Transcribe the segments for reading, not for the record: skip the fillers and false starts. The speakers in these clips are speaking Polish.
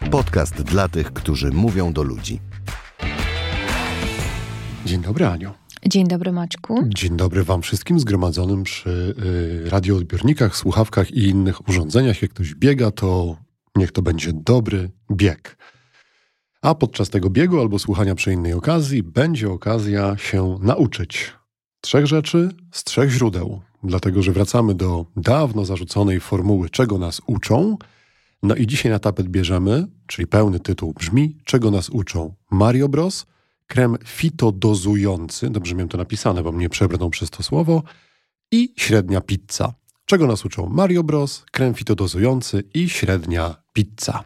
Podcast dla tych, którzy mówią do ludzi. Dzień dobry, Aniu. Dzień dobry, Maćku. Dzień dobry wam wszystkim zgromadzonym przy radioodbiornikach, słuchawkach i innych urządzeniach. Jak ktoś biega, to niech to będzie dobry bieg. A podczas tego biegu albo słuchania przy innej okazji będzie okazja się nauczyć 3 rzeczy z 3 źródeł. Dlatego, że wracamy do dawno zarzuconej formuły, czego nas uczą. No i dzisiaj na tapet bierzemy, czyli pełny tytuł brzmi, czego nas uczą Mario Bros, krem fitodozujący, dobrze miałem to napisane, bo mnie przebrną przez to słowo, i średnia pizza. Czego nas uczą Mario Bros, krem fitodozujący i średnia pizza.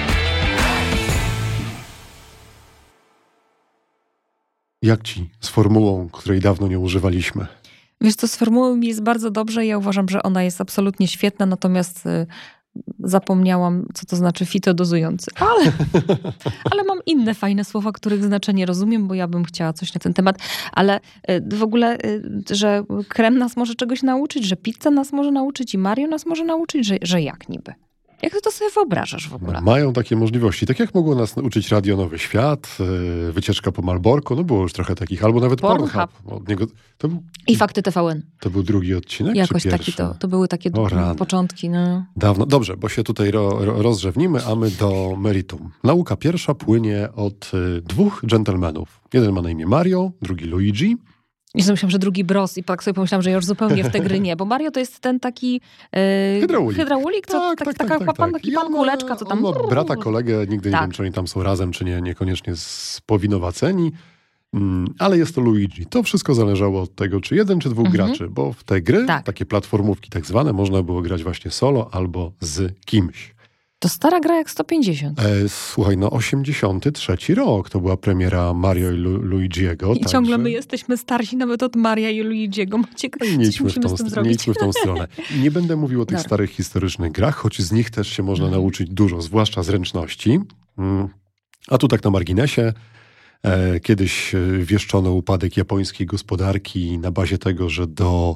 Jak ci z formułą, której dawno nie używaliśmy? Wiesz co, z formułą mi jest bardzo dobrze. Ja uważam, że ona jest absolutnie świetna, natomiast zapomniałam, co to znaczy fitodozujący. Ale mam inne fajne słowa, których znaczenie rozumiem, bo ja bym chciała coś na ten temat. Ale w ogóle, że krem nas może czegoś nauczyć, że pizza nas może nauczyć i Mario nas może nauczyć, że jak niby? Jak ty to sobie wyobrażasz w ogóle? Mają takie możliwości. Tak jak mogło nas nauczyć Radio Nowy Świat, wycieczka po Malborku, no było już trochę takich, albo nawet Pornhub. Od niego, I Fakty TVN. To był drugi odcinek, jakoś czy taki to były takie początki. No. Dawno. Dobrze, bo się tutaj rozrzewnimy, a my do meritum. Nauka pierwsza płynie od 2 dżentelmenów. Jeden ma na imię Mario, drugi Luigi. I sobie myślałam, że drugi Bros i tak sobie pomyślałam, że już zupełnie w te gry nie, bo Mario to jest ten taki hydraulik, co taka kuleczka, co tam... On ma brata, kolegę, nigdy nie wiem, czy oni tam są razem, czy nie, niekoniecznie spowinowaceni, ale jest to Luigi. To wszystko zależało od tego, czy 1 czy 2 graczy, bo w te gry, takie platformówki tak zwane, można było grać właśnie solo albo z kimś. To stara gra jak 150. Słuchaj, 83 rok to była premiera Mario i Luigiego. I ciągle my jesteśmy starsi nawet od Maria i Luigiego. Maciek, nie idźmy w tą stronę. Nie będę mówił o tych starych historycznych grach, choć z nich też się można nauczyć dużo, zwłaszcza zręczności. A tu tak na marginesie. Kiedyś wieszczono upadek japońskiej gospodarki na bazie tego, że do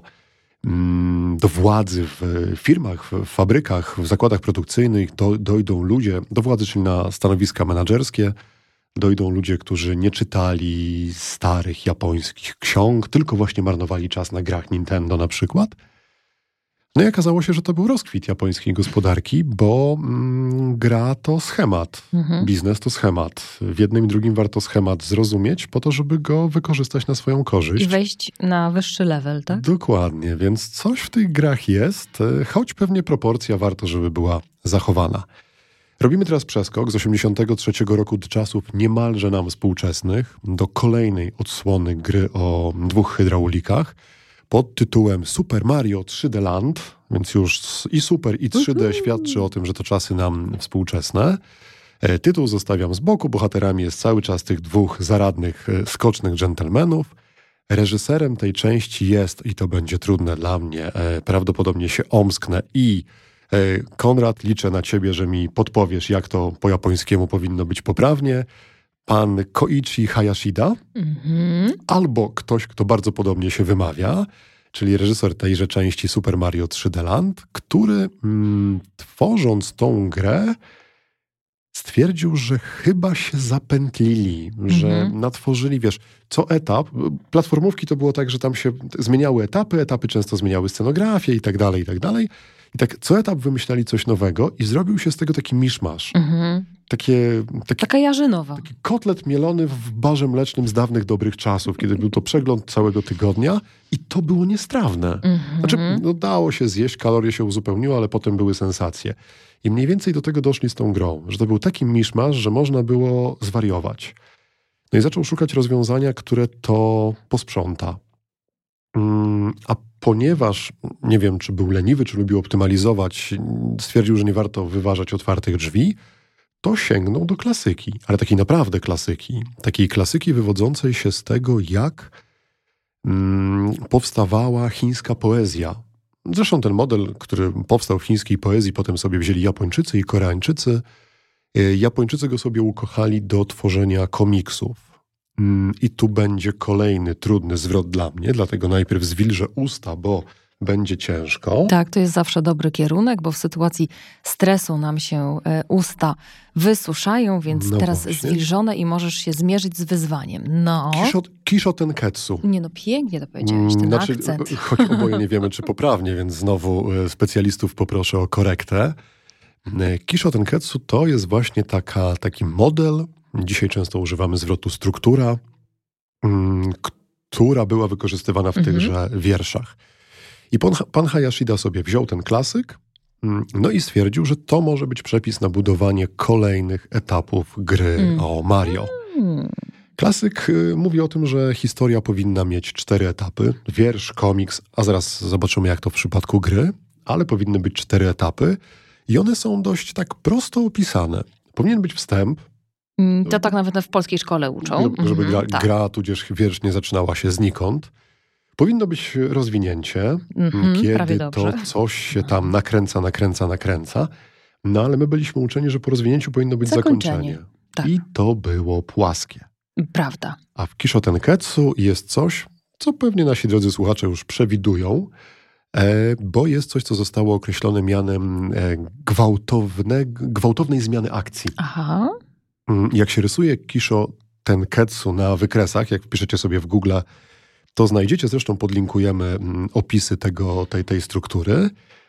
władzy w firmach, w fabrykach, w zakładach produkcyjnych dojdą ludzie, do władzy, czyli na stanowiska menadżerskie, dojdą ludzie, którzy nie czytali starych japońskich ksiąg, tylko właśnie marnowali czas na grach Nintendo na przykład. No i okazało się, że to był rozkwit japońskiej gospodarki, bo gra to schemat, biznes to schemat. W jednym i drugim warto schemat zrozumieć po to, żeby go wykorzystać na swoją korzyść. I wejść na wyższy level, tak? Dokładnie, więc coś w tych grach jest, choć pewnie proporcja warto, żeby była zachowana. Robimy teraz przeskok z 83 roku do czasów niemalże nam współczesnych do kolejnej odsłony gry o 2 hydraulikach, pod tytułem Super Mario 3D Land, więc już i Super i 3D świadczy o tym, że to czasy nam współczesne. Tytuł zostawiam z boku, bohaterami jest cały czas tych 2 zaradnych, skocznych dżentelmenów. Reżyserem tej części jest, i to będzie trudne dla mnie, prawdopodobnie się omsknę i Konrad, liczę na ciebie, że mi podpowiesz, jak to po japońskiemu powinno być poprawnie. Pan Koichi Hayashida, albo ktoś, kto bardzo podobnie się wymawia, czyli reżyser tejże części Super Mario 3D Land, który tworząc tą grę stwierdził, że chyba się zapętlili, że natworzyli, co etap, platformówki to było tak, że tam się zmieniały etapy często zmieniały scenografię i tak dalej, i tak dalej. I tak co etap wymyślali coś nowego i zrobił się z tego taki miszmasz. Taka jarzynowa. Taki kotlet mielony w barze mlecznym z dawnych dobrych czasów, kiedy był to przegląd całego tygodnia i to było niestrawne. Znaczy, dało się zjeść, kalorie się uzupełniło, ale potem były sensacje. I mniej więcej do tego doszli z tą grą, że to był taki miszmasz, że można było zwariować. No i zaczął szukać rozwiązania, które to posprząta. A ponieważ, nie wiem, czy był leniwy, czy lubił optymalizować, stwierdził, że nie warto wyważać otwartych drzwi, to sięgnął do klasyki, ale takiej naprawdę klasyki. Takiej klasyki wywodzącej się z tego, jak powstawała chińska poezja. Zresztą ten model, który powstał w chińskiej poezji, potem sobie wzięli Japończycy i Koreańczycy. Japończycy go sobie ukochali do tworzenia komiksów. I tu będzie kolejny trudny zwrot dla mnie, dlatego najpierw zwilżę usta, bo będzie ciężko. Tak, to jest zawsze dobry kierunek, bo w sytuacji stresu nam się usta wysuszają, więc No teraz właśnie. zwilżone i możesz się zmierzyć z wyzwaniem. No. Kisho Tenketsu. Nie no, pięknie to powiedziałeś, ten akcent. Choć oboje nie wiemy, czy poprawnie, więc znowu specjalistów poproszę o korektę. Kisho Tenketsu to jest właśnie taki model, dzisiaj często używamy zwrotu struktura, która była wykorzystywana w tychże wierszach. I pan Hayashida sobie wziął ten klasyk, no i stwierdził, że to może być przepis na budowanie kolejnych etapów gry o Mario. Klasyk mówi o tym, że historia powinna mieć 4 etapy. Wiersz, komiks, a zaraz zobaczymy, jak to w przypadku gry, ale powinny być 4 etapy i one są dość tak prosto opisane. Powinien być wstęp. To tak nawet w polskiej szkole uczą. Żeby gra tudzież wiersz nie zaczynała się znikąd. Powinno być rozwinięcie, kiedy to coś się tam nakręca. No ale my byliśmy uczeni, że po rozwinięciu powinno być zakończenie. Tak. I to było płaskie. Prawda. A w Kisho Tenketsu jest coś, co pewnie nasi drodzy słuchacze już przewidują, bo jest coś, co zostało określone mianem gwałtownej zmiany akcji. Aha. Jak się rysuje Kisho Tenketsu na wykresach, jak wpiszecie sobie w Google, to znajdziecie, zresztą podlinkujemy opisy tej struktury,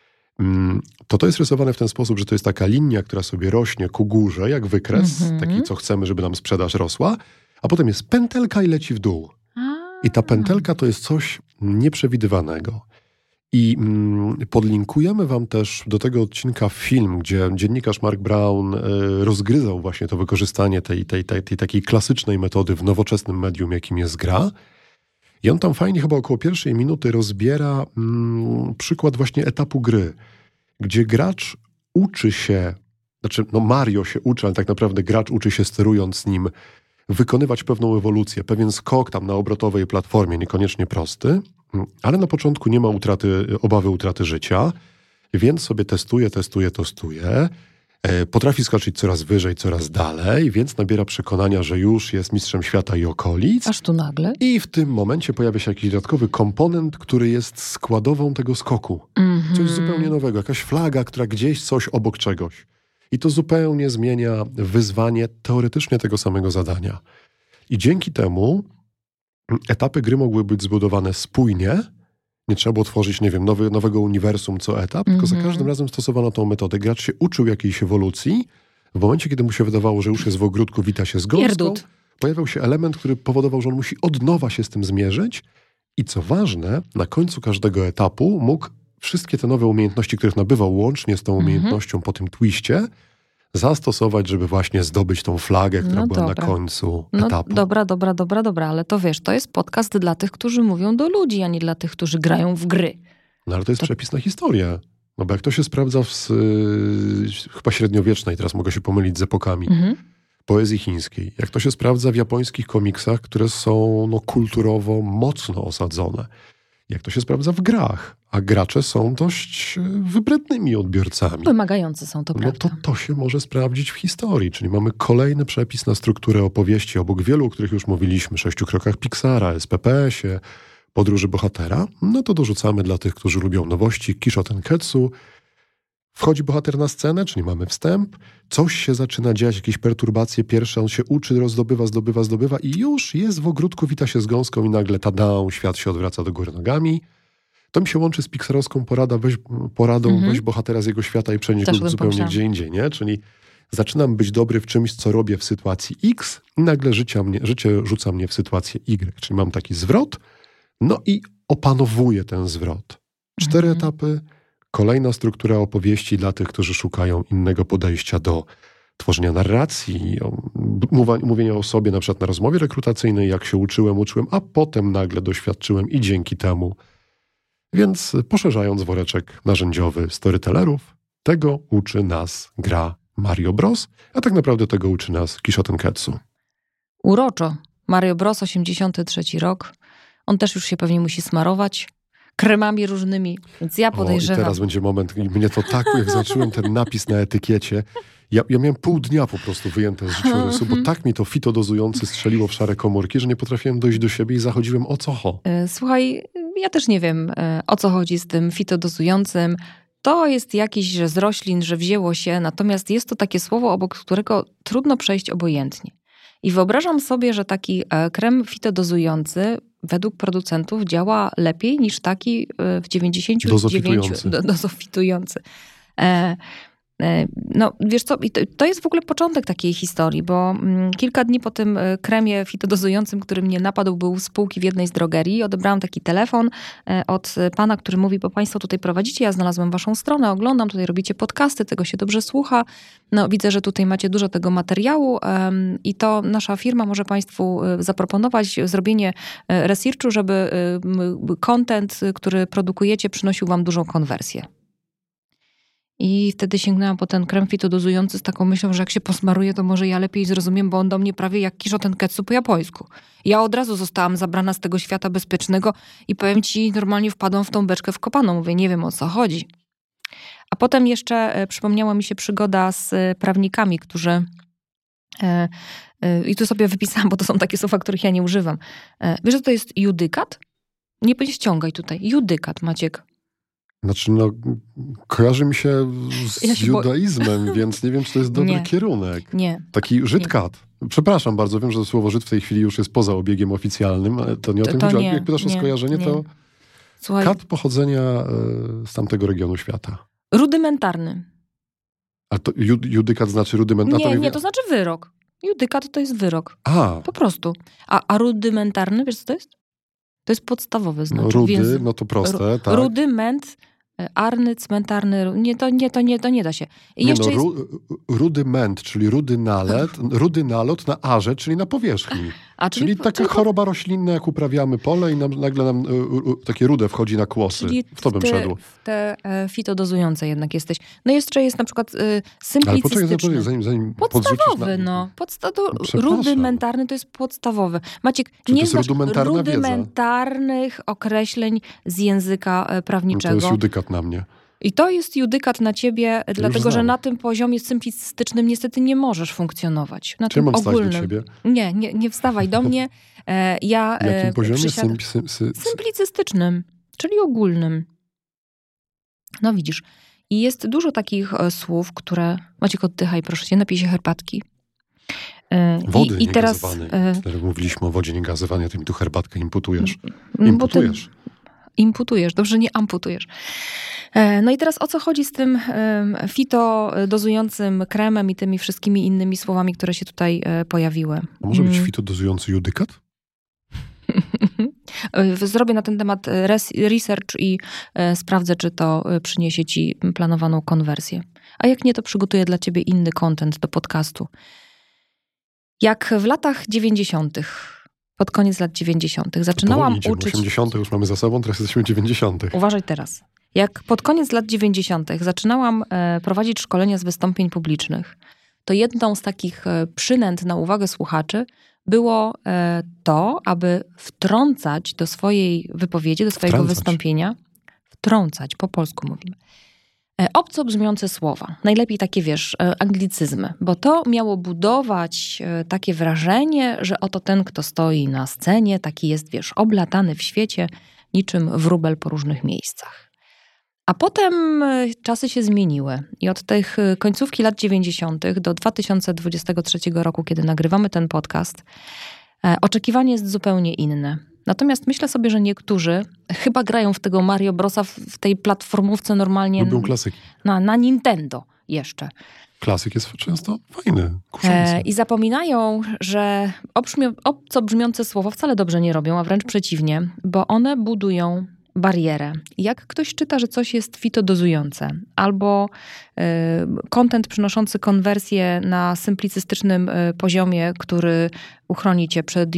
to jest rysowane w ten sposób, że to jest taka linia, która sobie rośnie ku górze, jak wykres, taki, co chcemy, żeby nam sprzedaż rosła, a potem jest pętelka i leci w dół. I ta pętelka to jest coś nieprzewidywanego. I podlinkujemy wam też do tego odcinka film, gdzie dziennikarz Mark Brown rozgryzał właśnie to wykorzystanie tej takiej klasycznej metody w nowoczesnym medium, jakim jest gra. I on tam fajnie, chyba około pierwszej minuty rozbiera przykład właśnie etapu gry, gdzie gracz uczy się, Mario się uczy, ale tak naprawdę gracz uczy się, sterując nim, wykonywać pewną ewolucję, pewien skok tam na obrotowej platformie, niekoniecznie prosty, ale na początku nie ma obawy utraty życia, więc sobie testuje, potrafi skoczyć coraz wyżej, coraz dalej, więc nabiera przekonania, że już jest mistrzem świata i okolic. Aż tu nagle. I w tym momencie pojawia się jakiś dodatkowy komponent, który jest składową tego skoku. Coś zupełnie nowego, jakaś flaga, która gdzieś coś obok czegoś. I to zupełnie zmienia wyzwanie teoretycznie tego samego zadania. I dzięki temu etapy gry mogły być zbudowane spójnie. Nie trzeba było tworzyć, nowego uniwersum co etap, tylko za każdym razem stosowano tą metodę. Gracz się uczył jakiejś ewolucji. W momencie, kiedy mu się wydawało, że już jest w ogródku, wita się z gąską, pojawiał się element, który powodował, że on musi od nowa się z tym zmierzyć. I co ważne, na końcu każdego etapu mógł wszystkie te nowe umiejętności, których nabywał łącznie z tą umiejętnością po tym twiście, zastosować, żeby właśnie zdobyć tą flagę, która była na końcu etapu. Dobra, ale to wiesz, to jest podcast dla tych, którzy mówią do ludzi, a nie dla tych, którzy grają w gry. No ale to jest przepis na historię. No bo jak to się sprawdza chyba średniowiecznej, teraz mogę się pomylić z epokami, poezji chińskiej, jak to się sprawdza w japońskich komiksach, które są kulturowo mocno osadzone, jak to się sprawdza w grach, a gracze są dość wybrednymi odbiorcami. Wymagający są, to prawda. No to się może sprawdzić w historii, czyli mamy kolejny przepis na strukturę opowieści, obok wielu, o których już mówiliśmy, 6 krokach Pixara, SPPS-ie, podróży bohatera, no to dorzucamy dla tych, którzy lubią nowości, Kisho Tenketsu. Wchodzi bohater na scenę, czyli mamy wstęp, coś się zaczyna dziać, jakieś perturbacje pierwsze, on się uczy, zdobywa i już jest w ogródku, wita się z gąską i nagle świat się odwraca do góry nogami. To mi się łączy z pixarowską poradą weź bohatera z jego świata i przenieść go zupełnie gdzie indziej, nie? Czyli zaczynam być dobry w czymś, co robię w sytuacji X i nagle życie rzuca mnie w sytuację Y. Czyli mam taki zwrot, no i opanowuję ten zwrot. 4 etapy, kolejna struktura opowieści dla tych, którzy szukają innego podejścia do tworzenia narracji, mówienia o sobie na przykład na rozmowie rekrutacyjnej, jak się uczyłem, a potem nagle doświadczyłem i dzięki temu. Więc poszerzając woreczek narzędziowy storytellerów, tego uczy nas gra Mario Bros, a tak naprawdę tego uczy nas Kisho Tenketsu. Uroczo. Mario Bros 83 rok. On też już się pewnie musi smarować kremami różnymi, więc ja podejrzewam. I teraz będzie moment, mnie to tak, jak zobaczyłem ten napis na etykiecie Ja miałem pół dnia po prostu wyjęte z życiorysu, bo tak mi to fitodozujący strzeliło w szare komórki, że nie potrafiłem dojść do siebie i zachodziłem o co ho. Słuchaj, ja też nie wiem, o co chodzi z tym fitodozującym. To jest jakiś, że z roślin, że wzięło się, natomiast jest to takie słowo, obok którego trudno przejść obojętnie. I wyobrażam sobie, że taki krem fitodozujący według producentów działa lepiej niż taki w 99... Dozofitujący. No wiesz co, to jest w ogóle początek takiej historii, bo kilka dni po tym kremie fitodozującym, który mnie napadł, był z półki w jednej z drogerii. Odebrałam taki telefon od pana, który mówi, bo państwo tutaj prowadzicie, ja znalazłem waszą stronę, oglądam, tutaj robicie podcasty, tego się dobrze słucha. No widzę, że tutaj macie dużo tego materiału i to nasza firma może państwu zaproponować zrobienie researchu, żeby content, który produkujecie, przynosił wam dużą konwersję. I wtedy sięgnęłam po ten krem fitodozujący z taką myślą, że jak się posmaruję, to może ja lepiej zrozumiem, bo on do mnie prawie jak kiszoten ketsu po japońsku. Ja od razu zostałam zabrana z tego świata bezpiecznego i powiem ci, normalnie wpadłam w tą beczkę wkopaną. Mówię, nie wiem o co chodzi. A potem jeszcze przypomniała mi się przygoda z prawnikami, którzy... I tu sobie wypisałam, bo to są takie słowa, których ja nie używam. Wiesz, co to jest judykat? Nie ściągaj tutaj. Judykat, Maciek. Znaczy, kojarzy mi się z judaizmem, więc nie wiem, czy to jest dobry kierunek. Nie. Taki Żydkat. Przepraszam bardzo, wiem, że to słowo Żyd w tej chwili już jest poza obiegiem oficjalnym, ale to nie o tym chodzi. Jak pytasz o skojarzenie, to Słuchaj, kat pochodzenia z tamtego regionu świata. Rudymentarny. A to judykat znaczy rudymentarny? Nie, to znaczy wyrok. Judykat to jest wyrok. Po prostu. A rudymentarny, wiesz co to jest? To jest podstawowy znaczek. Rudy, no to proste, tak. Rudyment, arny, cmentarny, to nie da się. I jeszcze jest... Rudyment, czyli rudy nalot na arze, czyli na powierzchni. Czyli taka choroba roślinna, jak uprawiamy pole i nagle nam takie rude wchodzi na kłosy. Czyli w to bym szedł. Te fitodozujące jednak jesteś. No jeszcze jest na przykład symplicystyczny. Ale poczekaj, zanim podstawowy, rudymentarny to jest podstawowy. Maciek, nie znasz rudymentarnych określeń z języka prawniczego. To jest judykat na mnie. I to jest judykat na ciebie, dlatego że na tym poziomie symplicystycznym niestety nie możesz funkcjonować. Na tym mam ogólnym. Wstać do ciebie? Nie wstawaj do mnie. Jakim poziomie? Symplicystycznym, czyli ogólnym. No widzisz. I jest dużo takich słów, które... Maciek, oddychaj, proszę cię, napij się herbatki. Wody niegazowanej. Teraz mówiliśmy o wodzie niegazowanej, ty mi tu herbatkę imputujesz. Imputujesz, dobrze, nie amputujesz. No i teraz o co chodzi z tym fitodozującym kremem i tymi wszystkimi innymi słowami, które się tutaj pojawiły? A może być fitodozujący judykat? Zrobię na ten temat research i sprawdzę, czy to przyniesie ci planowaną konwersję. A jak nie, to przygotuję dla ciebie inny content do podcastu. Jak w latach 90., pod koniec lat 90. zaczynałam uczyć... 80. już mamy za sobą, teraz jesteśmy 90. Uważaj teraz. Jak pod koniec lat 90. zaczynałam prowadzić szkolenia z wystąpień publicznych, to jedną z takich przynęt na uwagę słuchaczy było to, aby wtrącać do swojej wypowiedzi, do swojego wystąpienia, wtrącać, po polsku mówimy, obco brzmiące słowa. Najlepiej takie, wiesz, anglicyzmy, bo to miało budować takie wrażenie, że oto ten, kto stoi na scenie, taki jest, wiesz, oblatany w świecie, niczym wróbel po różnych miejscach. A potem czasy się zmieniły i od tych końcówki lat 90. do 2023 roku, kiedy nagrywamy ten podcast, oczekiwanie jest zupełnie inne. Natomiast myślę sobie, że niektórzy chyba grają w tego Mario Brosa w tej platformówce normalnie. Lubią klasyki. Na Nintendo jeszcze. Klasyk jest często fajny, kuszący. I zapominają, że obco brzmiące słowa wcale dobrze nie robią, a wręcz przeciwnie, bo one budują barierę. Jak ktoś czyta, że coś jest fitodozujące, albo content przynoszący konwersję na symplicystycznym poziomie, który uchroni cię przed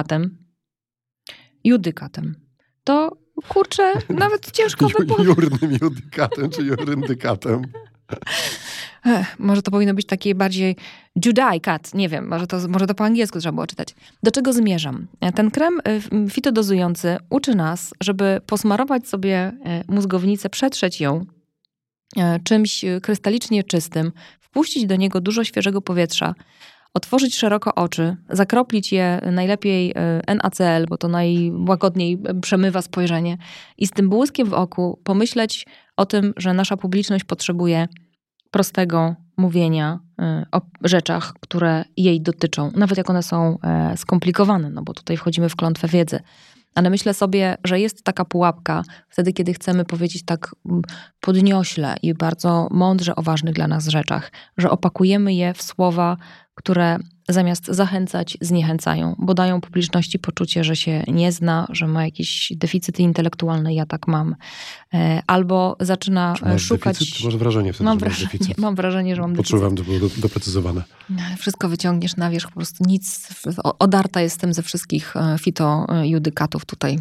judykatem, to kurczę, nawet ciężko Jurnym judykatem czy juryndykatem. Może to powinno być takie bardziej judykat, nie wiem, może to po angielsku trzeba było czytać. Do czego zmierzam? Ten krem fitodozujący uczy nas, żeby posmarować sobie mózgownicę, przetrzeć ją czymś krystalicznie czystym, wpuścić do niego dużo świeżego powietrza, otworzyć szeroko oczy, zakroplić je najlepiej NaCl, bo to najłagodniej przemywa spojrzenie i z tym błyskiem w oku pomyśleć o tym, że nasza publiczność potrzebuje prostego mówienia o rzeczach, które jej dotyczą, nawet jak one są skomplikowane, no bo tutaj wchodzimy w klątwę wiedzy. Ale myślę sobie, że jest taka pułapka wtedy, kiedy chcemy powiedzieć tak podniośle i bardzo mądrze o ważnych dla nas rzeczach, że opakujemy je w słowa, które zamiast zachęcać, zniechęcają, bo dają publiczności poczucie, że się nie zna, że ma jakieś deficyty intelektualne, ja tak mam. Albo zaczyna szukać... Deficyt? Czy masz wrażenie wtedy, że masz deficyt? Mam wrażenie, że mam deficyt. Potrzebowałem, to było doprecyzowane. Wszystko wyciągniesz na wierzch, po prostu nic. Odarta jestem ze wszystkich fitojudykatów tutaj.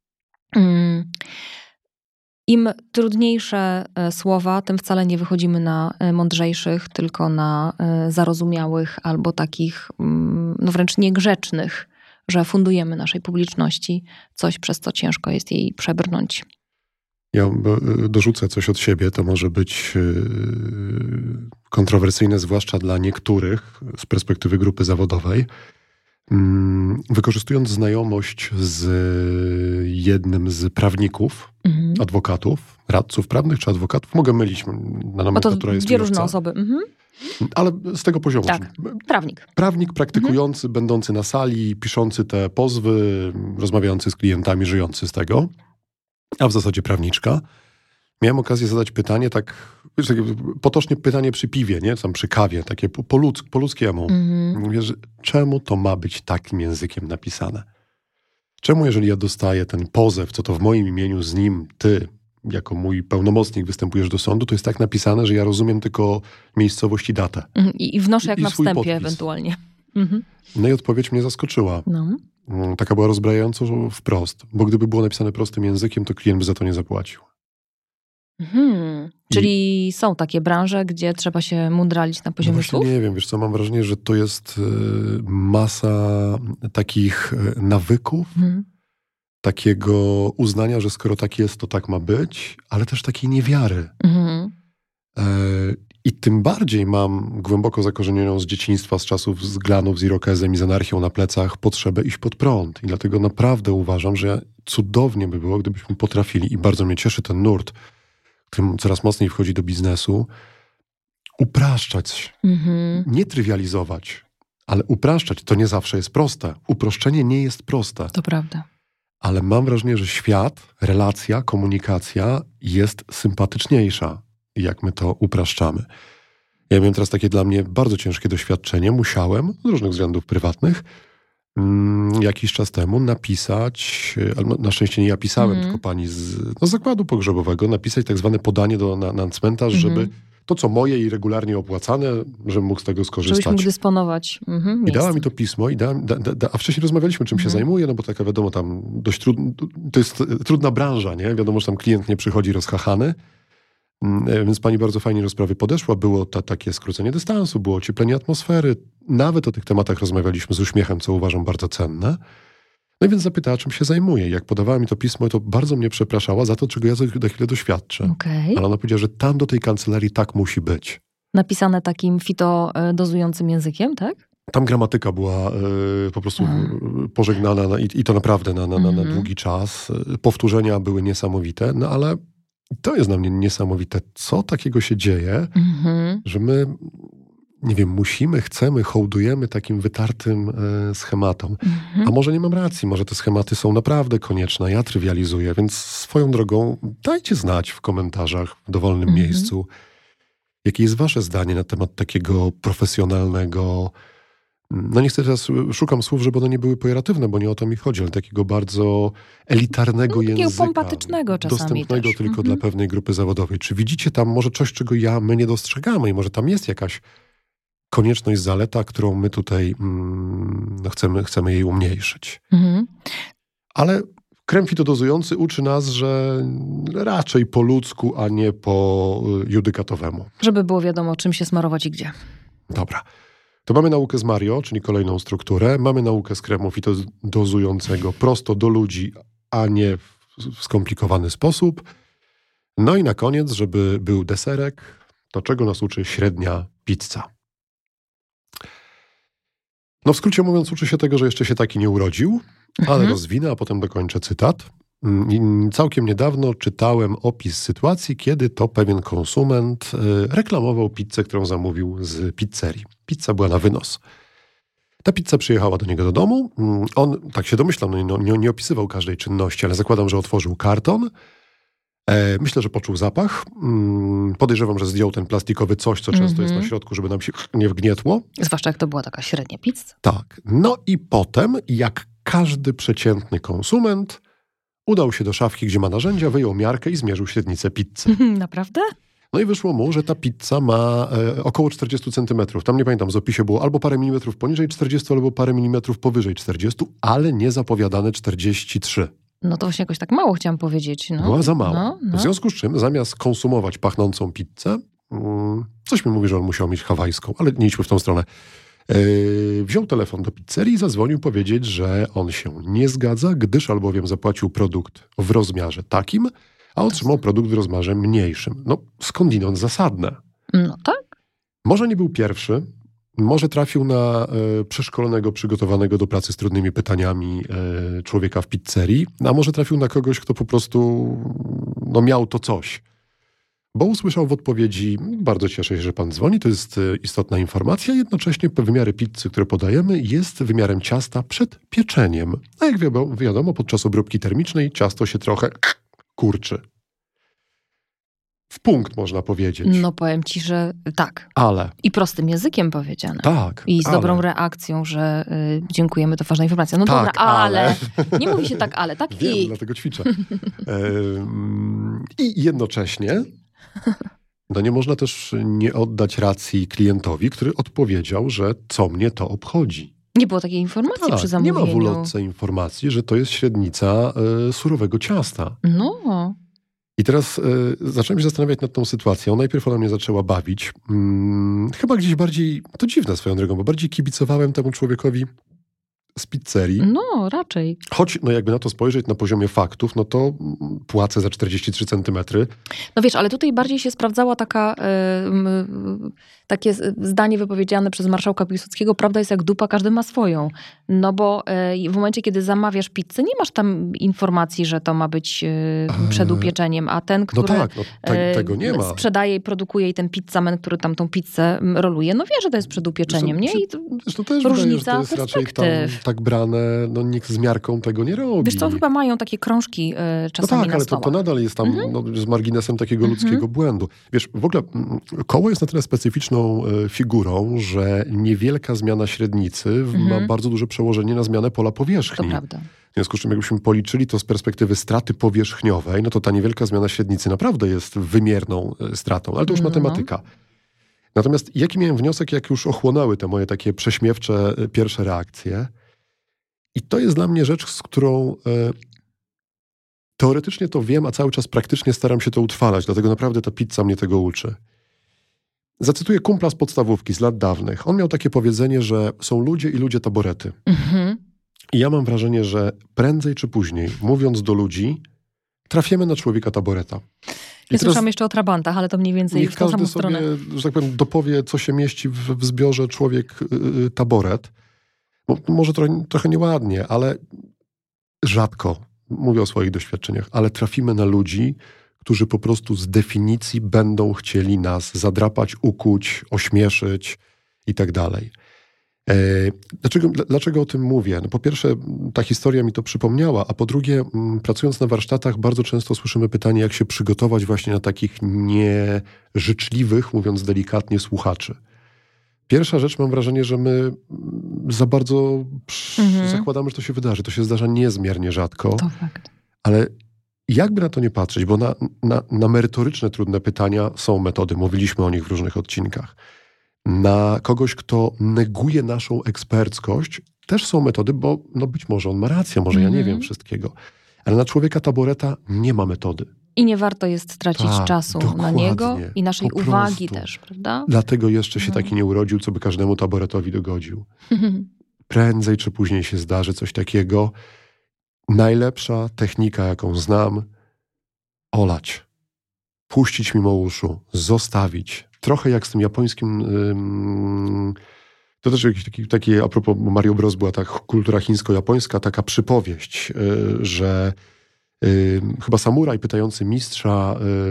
Im trudniejsze słowa, tym wcale nie wychodzimy na mądrzejszych, tylko na zarozumiałych albo takich no wręcz niegrzecznych, że fundujemy naszej publiczności coś, przez co ciężko jest jej przebrnąć. Ja dorzucę coś od siebie, to może być kontrowersyjne, zwłaszcza dla niektórych z perspektywy grupy zawodowej. Wykorzystując znajomość z jednym z prawników, adwokatów, radców prawnych czy adwokatów, mogę mylić, na nomenklatura jest dwie różne osoby. Ale z tego poziomu. Tak, prawnik. Prawnik praktykujący, będący na sali, piszący te pozwy, rozmawiający z klientami, żyjący z tego, a w zasadzie prawniczka. Miałem okazję zadać pytanie, tak potocznie pytanie przy piwie, nie? Tam przy kawie, takie po ludzkiemu. Mówię, że czemu to ma być takim językiem napisane? Czemu, jeżeli ja dostaję ten pozew, co to w moim imieniu z nim, ty, jako mój pełnomocnik występujesz do sądu, to jest tak napisane, że ja rozumiem tylko miejscowość i datę. I wnoszę jak na wstępie podpis. ewentualnie. No i odpowiedź mnie zaskoczyła. No. Taka była rozbrajająco wprost, bo gdyby było napisane prostym językiem, to klient by za to nie zapłacił. Czyli są takie branże, gdzie trzeba się mundralić na poziomie słów? Nie wiem, wiesz co, mam wrażenie, że to jest masa takich nawyków, takiego uznania, że skoro tak jest, to tak ma być, ale też takiej niewiary. I tym bardziej mam głęboko zakorzenioną z dzieciństwa, z czasów z Glanów, z Irokezem i z anarchią na plecach potrzebę iść pod prąd. I dlatego naprawdę uważam, że cudownie by było, gdybyśmy potrafili, i bardzo mnie cieszy ten nurt, którym coraz mocniej wchodzi do biznesu, upraszczać, nie trywializować, ale upraszczać. To nie zawsze jest proste. Uproszczenie nie jest proste. To prawda. Ale mam wrażenie, że świat, relacja, komunikacja jest sympatyczniejsza, jak my to upraszczamy. Ja miałem teraz takie dla mnie bardzo ciężkie doświadczenie. Musiałem, z różnych względów prywatnych, jakiś czas temu napisać, na szczęście nie ja pisałem, tylko pani z zakładu pogrzebowego, napisać tak zwane podanie na cmentarz, żeby to, co moje i regularnie opłacane, żebym mógł z tego skorzystać. Żebyś mógł dysponować I dała mi to pismo, a wcześniej rozmawialiśmy, czym się zajmuję, no bo taka wiadomo, tam dość to jest trudna branża, nie? Wiadomo, że tam klient nie przychodzi rozchachany. Więc pani bardzo fajnie do sprawy podeszła. Było takie skrócenie dystansu, było ocieplenie atmosfery. Nawet o tych tematach rozmawialiśmy z uśmiechem, co uważam bardzo cenne. No i więc zapytała, czym się zajmuję. Jak podawała mi to pismo, to bardzo mnie przepraszała za to, czego ja za chwilę doświadczę. Ale ona powiedziała, że tam do tej kancelarii tak musi być. Napisane takim fitodozującym językiem, tak? Tam gramatyka była po prostu pożegnana i to naprawdę na długi czas. Powtórzenia były niesamowite, no ale to jest dla mnie niesamowite. Co takiego się dzieje, że my, nie wiem, musimy, chcemy, hołdujemy takim wytartym schematom. A może nie mam racji, może te schematy są naprawdę konieczne. Ja trywializuję, więc swoją drogą dajcie znać w komentarzach w dowolnym miejscu, jakie jest wasze zdanie na temat takiego profesjonalnego, no niestety teraz szukam słów, żeby one nie były pejoratywne, bo nie o to mi chodzi, ale takiego bardzo elitarnego języka. Takiego pompatycznego czasami dostępnego też. tylko dla pewnej grupy zawodowej. Czy widzicie tam może coś, czego my nie dostrzegamy i może tam jest jakaś konieczność, zaleta, którą my tutaj chcemy jej umniejszyć. Ale krem fitodozujący uczy nas, że raczej po ludzku, a nie po judykatowemu. Żeby było wiadomo, czym się smarować i gdzie. Dobra. To mamy naukę z Mario, czyli kolejną strukturę. Mamy naukę z kremu fitodozującego prosto do ludzi, a nie w skomplikowany sposób. No i na koniec, żeby był deserek, to czego nas uczy średnia pizza. No w skrócie mówiąc, uczy się tego, że jeszcze się taki nie urodził, ale rozwinę, a potem dokończę cytat. Całkiem niedawno czytałem opis sytuacji, kiedy to pewien konsument reklamował pizzę, którą zamówił z pizzerii. Pizza była na wynos. Ta pizza przyjechała do niego do domu. On, tak się domyślam, nie opisywał każdej czynności, ale zakładam, że otworzył karton. Myślę, że poczuł zapach. Podejrzewam, że zdjął ten plastikowy coś, co często jest na środku, żeby nam się nie wgnietło. Zwłaszcza jak to była taka średnia pizza. Tak. No i potem, jak każdy przeciętny konsument, udał się do szafki, gdzie ma narzędzia, wyjął miarkę i zmierzył średnicę pizzy. Naprawdę? No i wyszło mu, że ta pizza ma około 40 centymetrów. Tam nie pamiętam, w opisie było albo parę milimetrów poniżej 40, albo parę milimetrów powyżej 40, ale nie zapowiadane 43. No to właśnie jakoś tak mało chciałam powiedzieć. No. Była za mało. No. W związku z czym, zamiast konsumować pachnącą pizzę, coś mi mówi, że on musiał mieć hawajską, ale nie idźmy w tą stronę. Wziął telefon do pizzerii i zadzwonił powiedzieć, że on się nie zgadza, gdyż albowiem zapłacił produkt w rozmiarze takim, a otrzymał produkt w rozmiarze mniejszym. No, skądinąd zasadne. No tak. Może nie był pierwszy, może trafił na przeszkolonego, przygotowanego do pracy z trudnymi pytaniami człowieka w pizzerii, a może trafił na kogoś, kto po prostu miał to coś. Bo usłyszał w odpowiedzi: bardzo cieszę się, że pan dzwoni, to jest istotna informacja, jednocześnie wymiary pizzy, które podajemy, jest wymiarem ciasta przed pieczeniem. A jak wiadomo, podczas obróbki termicznej ciasto się trochę kurczy. W punkt, można powiedzieć. No powiem ci, że tak. Ale. I prostym językiem powiedziane. Tak. I z dobrą reakcją, że dziękujemy, to ważna informacja. No tak, dobra, ale. Nie mówi się tak, ale, tak Wiem, i. dlatego ćwiczę. I jednocześnie nie można też nie oddać racji klientowi, który odpowiedział, że co mnie to obchodzi. Nie było takiej informacji przy zamówieniu. Nie ma w ulotce informacji, że to jest średnica surowego ciasta. No. I teraz zacząłem się zastanawiać nad tą sytuacją. Najpierw ona mnie zaczęła bawić. Chyba gdzieś bardziej, to dziwne swoją drogą, bo bardziej kibicowałem temu człowiekowi z pizzerii. No, raczej. Choć, jakby na to spojrzeć na poziomie faktów, to płacę za 43 centymetry. No wiesz, ale tutaj bardziej się sprawdzała takie zdanie wypowiedziane przez marszałka Piłsudskiego: prawda jest jak dupa, każdy ma swoją. No bo w momencie, kiedy zamawiasz pizzę, nie masz tam informacji, że to ma być przed upieczeniem, a ten, który tego nie ma. Sprzedaje i produkuje, i ten pizzaman, który tam tą pizzę roluje, wie, że to jest przed upieczeniem, nie? I to też różnica wydaje, że to jest raczej tam tak brane, nikt z miarką tego nie robi. Wiesz co, chyba mają takie krążki czasami tak, na ale stołach. to nadal jest tam z marginesem takiego ludzkiego błędu. Wiesz, w ogóle koło jest na tyle specyficzną figurą, że niewielka zmiana średnicy ma bardzo duże przełożenie na zmianę pola powierzchni. To prawda. W związku z czym, jakbyśmy policzyli to z perspektywy straty powierzchniowej, to ta niewielka zmiana średnicy naprawdę jest wymierną stratą, ale to już matematyka. Natomiast jaki miałem wniosek, jak już ochłonęły te moje takie prześmiewcze pierwsze reakcje? I to jest dla mnie rzecz, z którą teoretycznie to wiem, a cały czas praktycznie staram się to utrwalać, dlatego naprawdę ta pizza mnie tego uczy. Zacytuję kumpla z podstawówki z lat dawnych. On miał takie powiedzenie, że są ludzie i ludzie taborety. I ja mam wrażenie, że prędzej czy później, mówiąc do ludzi, trafimy na człowieka taboreta. Ja słyszałam jeszcze o trabantach, ale to mniej więcej w tą samą stronę. Niech każdy sobie, że tak powiem, dopowie, co się mieści w zbiorze człowiek taboret. Bo może trochę nieładnie, ale rzadko, mówię o swoich doświadczeniach, ale trafimy na ludzi, którzy po prostu z definicji będą chcieli nas zadrapać, ukuć, ośmieszyć i tak dalej. Dlaczego o tym mówię? Po pierwsze, ta historia mi to przypomniała, a po drugie, pracując na warsztatach, bardzo często słyszymy pytanie, jak się przygotować właśnie na takich nieżyczliwych, mówiąc delikatnie, słuchaczy. Pierwsza rzecz, mam wrażenie, że my za bardzo zakładamy, że to się wydarzy. To się zdarza niezmiernie rzadko. To fakt. Ale jakby na to nie patrzeć, bo na merytoryczne, trudne pytania są metody. Mówiliśmy o nich w różnych odcinkach. Na kogoś, kto neguje naszą eksperckość, też są metody, bo być może on ma rację, może ja nie wiem wszystkiego. Ale na człowieka taboreta nie ma metody. I nie warto jest tracić czasu na niego i naszej uwagi też, prawda? Dlatego jeszcze się taki nie urodził, co by każdemu taboretowi dogodził. Prędzej czy później się zdarzy coś takiego. Najlepsza technika, jaką znam, olać. Puścić mimo uszu, zostawić, trochę jak z tym japońskim... To też jakiś taki, a propos Mario Bros. Była ta kultura chińsko-japońska, taka przypowieść, że chyba samuraj pytający mistrza,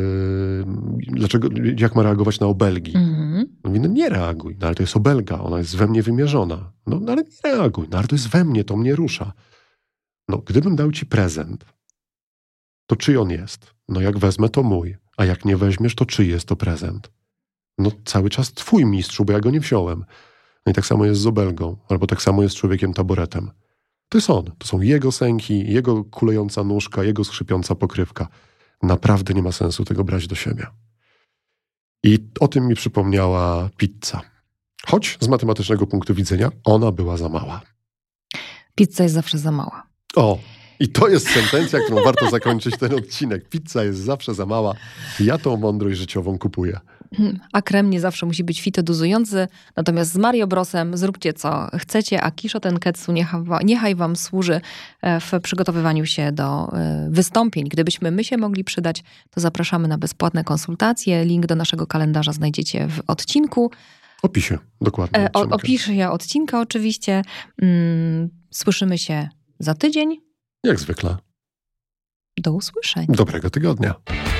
jak ma reagować na obelgi. Mówi, no nie reaguj, no ale to jest obelga, ona jest we mnie wymierzona. No ale nie reaguj, no ale to jest we mnie, to mnie rusza. No gdybym dał ci prezent, to czyj on jest? No jak wezmę, to mój. A jak nie weźmiesz, to czyj jest to prezent? No cały czas twój, mistrzu, bo ja go nie wziąłem. No i tak samo jest z obelgą, albo tak samo jest z człowiekiem taboretem. To jest on. To są jego sęki, jego kulejąca nóżka, jego skrzypiąca pokrywka. Naprawdę nie ma sensu tego brać do siebie. I o tym mi przypomniała pizza. Choć z matematycznego punktu widzenia ona była za mała. Pizza jest zawsze za mała. O, i to jest sentencja, którą warto zakończyć ten odcinek. Pizza jest zawsze za mała. Ja tą mądrość życiową kupuję. A krem nie zawsze musi być fitodozujący. Natomiast z Mario Brosem zróbcie co chcecie, a Kisho Tenketsu niechaj wam służy w przygotowywaniu się do wystąpień. Gdybyśmy my się mogli przydać, to zapraszamy na bezpłatne konsultacje. Link do naszego kalendarza znajdziecie w odcinku. Opisie, dokładnie. Opisie odcinka oczywiście. Słyszymy się za tydzień. Jak zwykle. Do usłyszenia. Dobrego tygodnia.